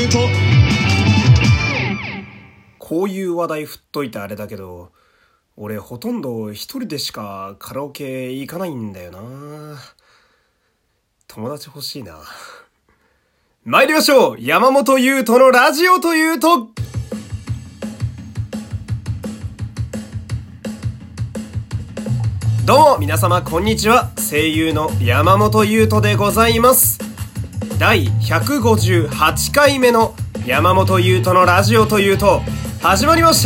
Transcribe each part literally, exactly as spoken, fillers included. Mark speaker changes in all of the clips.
Speaker 1: いうと。
Speaker 2: こういう話題振っといてあれだけど、俺ほとんど一人でしかカラオケ行かないんだよな。友達欲しいな。参りましょう。山本優斗のラジオというと。どうも皆様こんにちは。声優の山本優斗でございます。だいひゃくごじゅうはちかいめの山本優斗のラジオというと始まりました。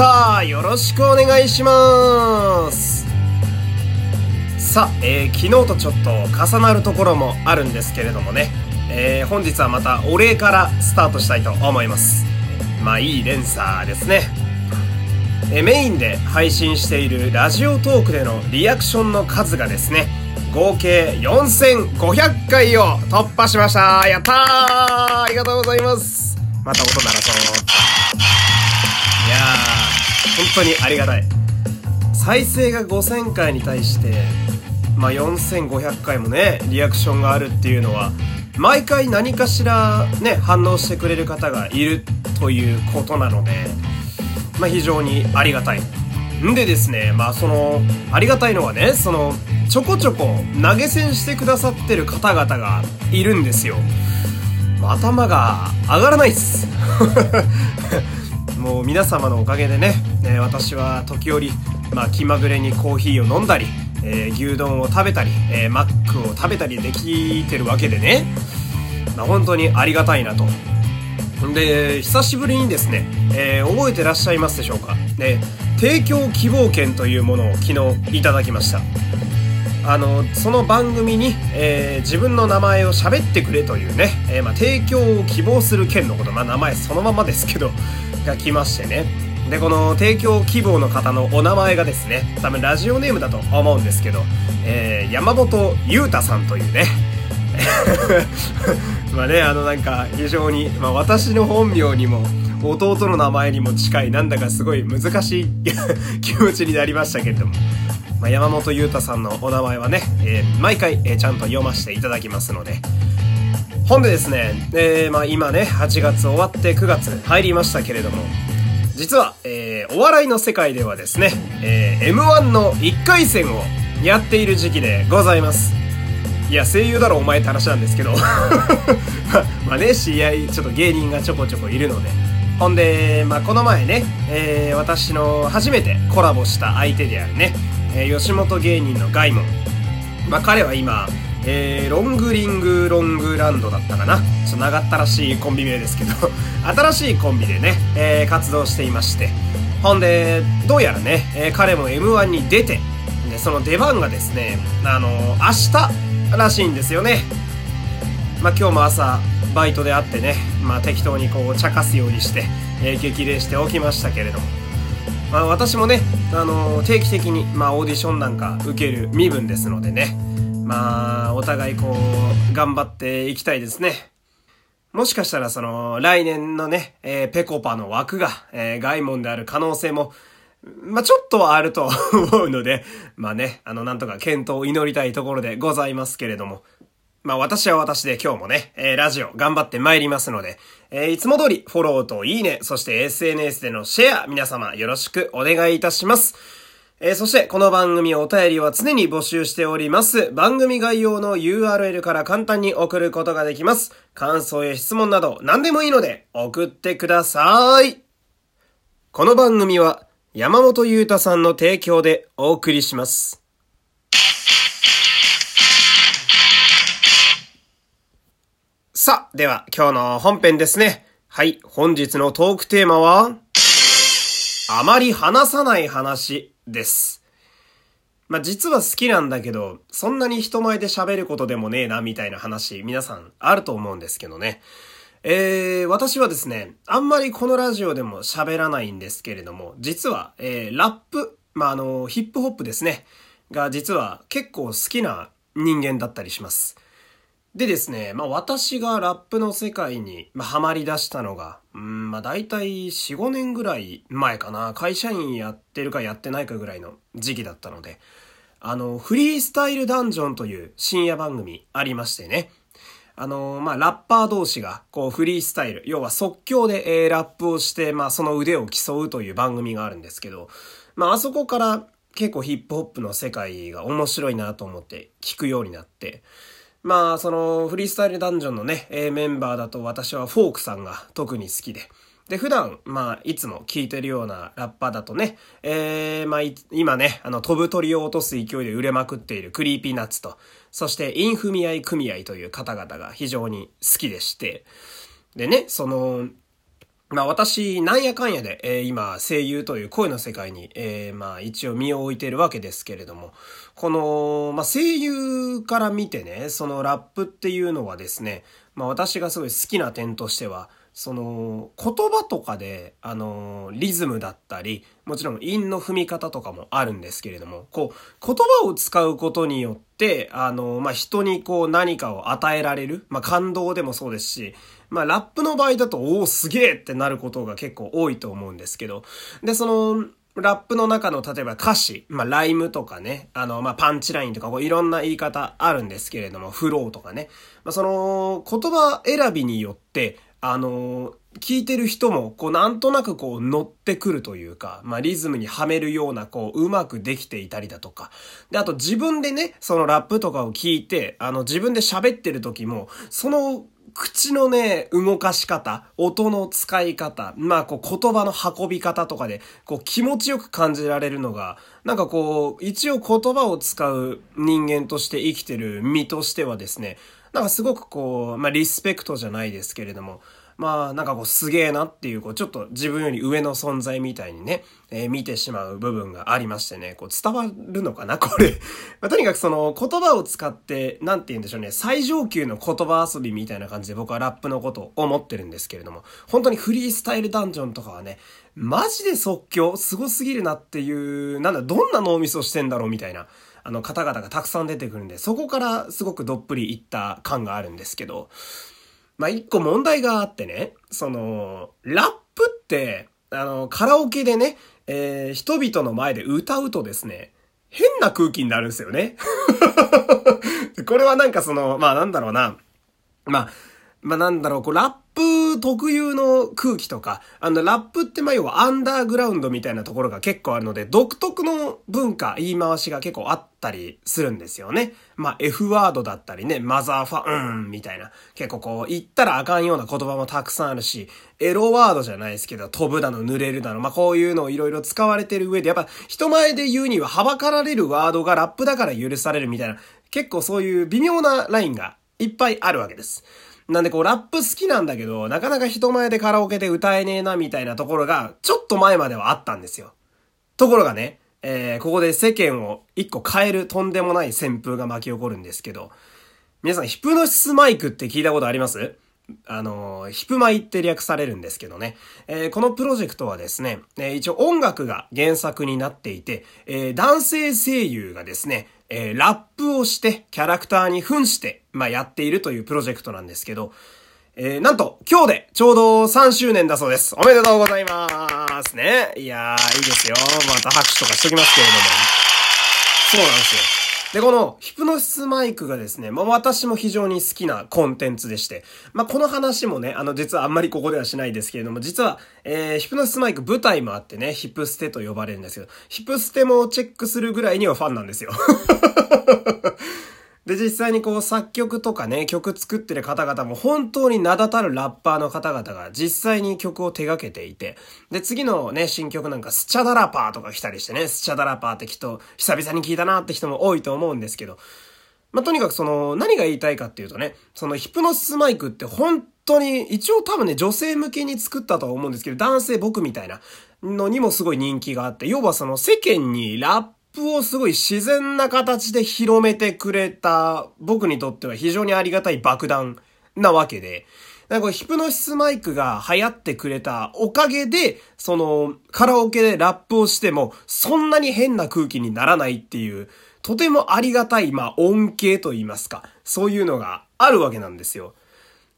Speaker 2: よろしくお願いします。さあ、えー、昨日とちょっと重なるところもあるんですけれどもね、えー、本日はまたお礼からスタートしたいと思います。まあいい連鎖ですね。えー、メインで配信しているラジオトークでのリアクションの数がですね、合計よんせんごひゃっかいを突破しました。やったー、ありがとうございます。また音鳴らそう。いやー本当にありがたい。再生がごせんかいに対してまあよんせんごひゃっかいもねリアクションがあるっていうのは、毎回何かしらね反応してくれる方がいるということなので、まあ非常にありがたいんでですね、まあそのありがたいのはね、そのちょこちょこ投げ銭してくださってる方々がいるんですよ。頭が上がらないっすもう皆様のおかげでね、えー、私は時折、まあ、気まぐれにコーヒーを飲んだり、えー、牛丼を食べたり、えー、マックを食べたりできてるわけでね、まあ、本当にありがたいなと。で、久しぶりにですね、えー、覚えてらっしゃいますでしょうか。で、提供希望券というものを昨日いただきました。あのその番組に、えー、自分の名前を喋ってくれというね、えーまあ、提供を希望する件のこと、まあ、名前そのままですけどが来ましてね。で、この提供希望の方のお名前がですね、多分ラジオネームだと思うんですけど、えー、山本優太さんというねまあね、あのなんか非常に、まあ、私の本名にも弟の名前にも近い、なんだかすごい難しい気持ちになりましたけれども、まあ、山本優太さんのお名前はね、えー、毎回、えー、ちゃんと読ませていただきますので。ほんでですね、えー、まあ今ねはちがつ終わってくがつ入りましたけれども、実は、えー、お笑いの世界ではですね、えー、エムワン のいっかい戦をやっている時期でございます。いや声優だろお前って話なんですけどまあね、知り合いちょっと芸人がちょこちょこいるので、ほんで、まあ、この前ね、えー、私の初めてコラボした相手であるね、えー、吉本芸人のガイモン、まあ、彼は今、えー、ロングリングロングランドだったかな、ちょっと長ったらしいコンビ名ですけど新しいコンビでね、えー、活動していまして、ほんでどうやらね、えー、彼も エムワン に出て、でその出番がですね、あのー、明日らしいんですよね。まあ今日も朝バイトで会ってね、まあ適当にこう茶化すようにして、えー、激励しておきましたけれども、まあ私もね、あのー、定期的にまあオーディションなんか受ける身分ですのでね、まあお互いこう頑張っていきたいですね。もしかしたらその来年のね、えー、ペコパの枠が、えー、ガイモンである可能性もまあちょっとはあると思うので、まあね、あのなんとか健闘を祈りたいところでございますけれども、まあ私は私で今日もね、えー、ラジオ頑張って参りますので、えー、いつも通りフォローといいね、そして エスエヌエス でのシェア、皆様よろしくお願いいたします。えー、そしてこの番組お便りは常に募集しております。番組概要の ユーアールエル から簡単に送ることができます。感想や質問など何でもいいので送ってください。この番組は山本優太さんの提供でお送りします。さあ、では今日の本編ですね。はい、本日のトークテーマはあまり話さない話です。まあ、実は好きなんだけど、そんなに人前で喋ることでもねえなみたいな話、皆さんあると思うんですけどね。えー、私はですね、あんまりこのラジオでも喋らないんですけれども、実は、えー、ラップ、まあ、あの、ヒップホップですね、が実は結構好きな人間だったりします。でですね、まあ私がラップの世界に、まあ、ハマり出したのが、うん、まあ大体よん、ごねんぐらい前かな、会社員やってるかやってないかぐらいの時期だったので、あの、フリースタイルダンジョンという深夜番組ありましてね、 あのー、まあ、ラッパー同士が、こう、フリースタイル、要は即興で、えー、ラップをして、まあ、その腕を競うという番組があるんですけど、まあ、あそこから結構ヒップホップの世界が面白いなと思って聞くようになって、まあ、その、フリースタイルダンジョンのね、えー、メンバーだと私はフォークさんが特に好きで、で、普段、まあ、いつも聴いてるようなラッパーだとね、えー、まあ、今ね、あの、飛ぶ鳥を落とす勢いで売れまくっているクリーピーナッツと、そして、インフミアイ組合という方々が非常に好きでして、でね、その、まあ私、なんやかんやで、えー、今、声優という声の世界に、えー、まあ一応身を置いているわけですけれども、この、まあ声優から見てね、そのラップっていうのはですね、まあ私がすごい好きな点としては、その、言葉とかで、あの、リズムだったり、もちろん韻の踏み方とかもあるんですけれども、こう、言葉を使うことによって、あの、まあ、人にこう何かを与えられる、まあ、感動でもそうですし、まあ、ラップの場合だと、おーすげーってなることが結構多いと思うんですけど、で、その、ラップの中の例えば歌詞、まあ、ライムとかね、あの、まあ、パンチラインとか、こういろんな言い方あるんですけれども、フローとかね、まあ、その、言葉選びによって、あの、聞いてる人も、こう、なんとなくこう、乗ってくるというか、まあ、リズムにはめるような、こう、うまくできていたりだとか。で、あと自分でね、そのラップとかを聞いて、あの、自分で喋ってる時も、その、口のね、動かし方、音の使い方、まあこう言葉の運び方とかで、こう気持ちよく感じられるのが、なんかこう、一応言葉を使う人間として生きてる身としてはですね、なんかすごくこう、まあリスペクトじゃないですけれども、まあなんかこうすげえなっていう、こうちょっと自分より上の存在みたいにね、えー、見てしまう部分がありましてね、こう伝わるのかなこれ。まあ、とにかくその言葉を使って、なんて言うんでしょうね、最上級の言葉遊びみたいな感じで僕はラップのことを思ってるんですけれども、本当にフリースタイルダンジョンとかはね、マジで即興、すごすぎるなっていう、なんだ、どんな脳みそしてんだろうみたいな、あの方々がたくさん出てくるんで、そこからすごくどっぷりいった感があるんですけど、まあ、一個問題があってね、その、ラップって、あの、カラオケでね、えー、人々の前で歌うとですね、変な空気になるんですよね。これはなんかその、まあなんだろうな、まあ、まあなんだろう、こう、ラップ特有の空気とか、あの、ラップってまあ要はアンダーグラウンドみたいなところが結構あるので、独特の文化、言い回しが結構あったりするんですよね。まあ F ワードだったりね、マザーファ、うーん、みたいな。結構こう、言ったらあかんような言葉もたくさんあるし、エロワードじゃないですけど、飛ぶだの、濡れるだの、まあこういうのをいろいろ使われてる上で、やっぱ人前で言うにははばかられるワードがラップだから許されるみたいな、結構そういう微妙なラインがいっぱいあるわけです。なんでこうラップ好きなんだけど、なかなか人前でカラオケで歌えねえなみたいなところが、ちょっと前まではあったんですよ。ところがね、えー、ここで世間を一個変えるとんでもない旋風が巻き起こるんですけど、皆さんヒプノシスマイクって聞いたことあります？あの、ヒプマイって略されるんですけどね。えー、このプロジェクトはですね、えー、一応音楽が原作になっていて、えー、男性声優がですね、えー、ラップをしてキャラクターに扮して、まあ、やっているというプロジェクトなんですけど、えー、なんと今日でちょうどさんしゅうねんだそうです。おめでとうございますね。いやー、いいですよ。また拍手とかしときますけれども。そうなんですよ。で、このヒプノシスマイクがですね、まあ私も非常に好きなコンテンツでして、まあこの話もね、あの実はあんまりここではしないですけれども、実は、えー、ヒプノシスマイク舞台もあってね、ヒプステと呼ばれるんですけど、ヒプステもチェックするぐらいにはファンなんですよ。で、実際にこう作曲とかね、曲作ってる方々も本当に名だたるラッパーの方々が実際に曲を手掛けていて、で、次のね、新曲なんかスチャダラパーとか来たりしてね、スチャダラパーってきっと久々に聞いたなって人も多いと思うんですけど、まあ、とにかくその、何が言いたいかっていうとね、そのヒプノシスマイクって本当に、一応多分ね、女性向けに作ったとは思うんですけど、男性僕みたいなのにもすごい人気があって、要はその世間にラップラップをすごい自然な形で広めてくれた僕にとっては非常にありがたい爆弾なわけで、なんかヒプノシスマイクが流行ってくれたおかげで、そのカラオケでラップをしてもそんなに変な空気にならないっていう、とてもありがたいまあ恩恵と言いますか、そういうのがあるわけなんですよ。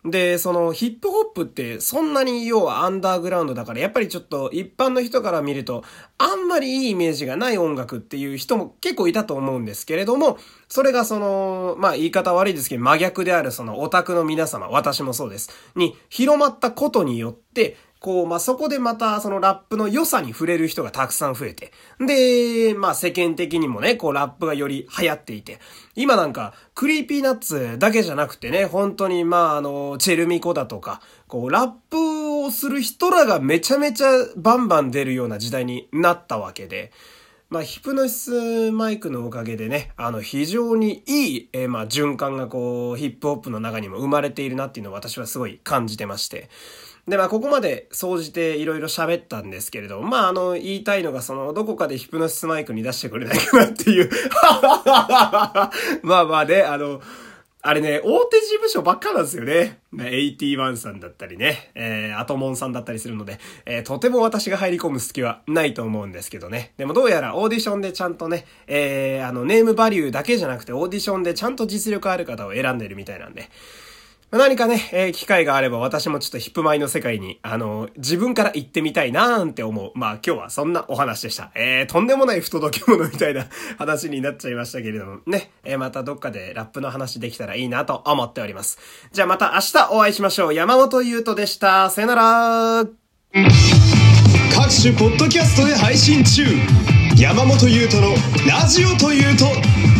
Speaker 2: で、そのヒップホップってそんなに要はアンダーグラウンドだから、やっぱりちょっと一般の人から見るとあんまりいいイメージがない音楽っていう人も結構いたと思うんですけれども、それがその、まあ言い方悪いですけど真逆であるそのオタクの皆様、私もそうです、に広まったことによって、こう、まあ、そこでまた、そのラップの良さに触れる人がたくさん増えて。で、まあ、世間的にもね、こう、ラップがより流行っていて。今なんか、クリーピーナッツだけじゃなくてね、本当に、まあ、あの、チェルミコだとか、こう、ラップをする人らがめちゃめちゃバンバン出るような時代になったわけで。まあ、ヒプノシスマイクのおかげでね、あの、非常にいい、えー、まあ、循環がこう、ヒップホップの中にも生まれているなっていうのを私はすごい感じてまして。で、まあ、ここまで総じていろいろ喋ったんですけれども、まあ、あの、言いたいのが、その、どこかでヒプノシスマイクに出してくれないかなっていう。まあまあね、あの、あれね、大手事務所ばっかなんですよね。エイティワンさんだったりね、えー、アトモンさんだったりするので、えー、とても私が入り込む隙はないと思うんですけどね。でもどうやらオーディションでちゃんとね、えー、あの、ネームバリューだけじゃなくて、オーディションでちゃんと実力ある方を選んでるみたいなんで、何かね、えー、機会があれば私もちょっとヒップマイの世界に、あの、自分から行ってみたいなーんって思う。まあ今日はそんなお話でした。えー、とんでもない不届き者みたいな話になっちゃいましたけれども、ね、えー、またどっかでラップの話できたらいいなと思っております。じゃあまた明日お会いしましょう。山本優斗でした。さよなら。
Speaker 1: 各種ポッドキャストで配信中。山本優斗のラジオというと。